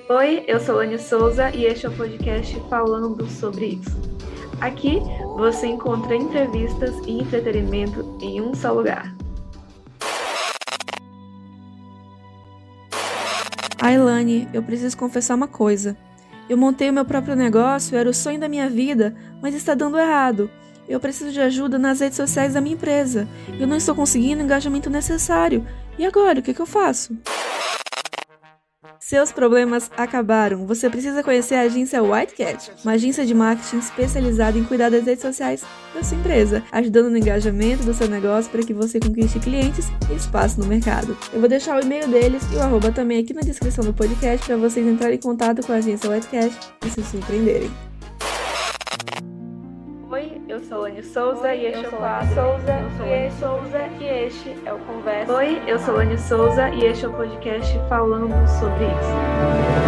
Oi, eu sou Lani Souza e este é o podcast falando sobre isso. Aqui você encontra entrevistas e entretenimento em um só lugar. Ai, Lani, eu preciso confessar uma coisa. Eu montei o meu próprio negócio, era o sonho da minha vida, mas está dando errado. Eu preciso de ajuda nas redes sociais da minha empresa. Eu não estou conseguindo o engajamento necessário. E agora, o que eu faço? Seus problemas acabaram. Você precisa conhecer a agência Whitecat, uma agência de marketing especializada em cuidar das redes sociais da sua empresa, ajudando no engajamento do seu negócio para que você conquiste clientes e espaço no mercado. Eu vou deixar o e-mail deles e o arroba também aqui na descrição do podcast para vocês entrarem em contato com a agência Whitecat e se surpreenderem. Oi, eu sou Lani Souza e este é o quadro. E este é o Conversa. Oi, eu sou Lani Souza e este é o podcast falando sobre isso.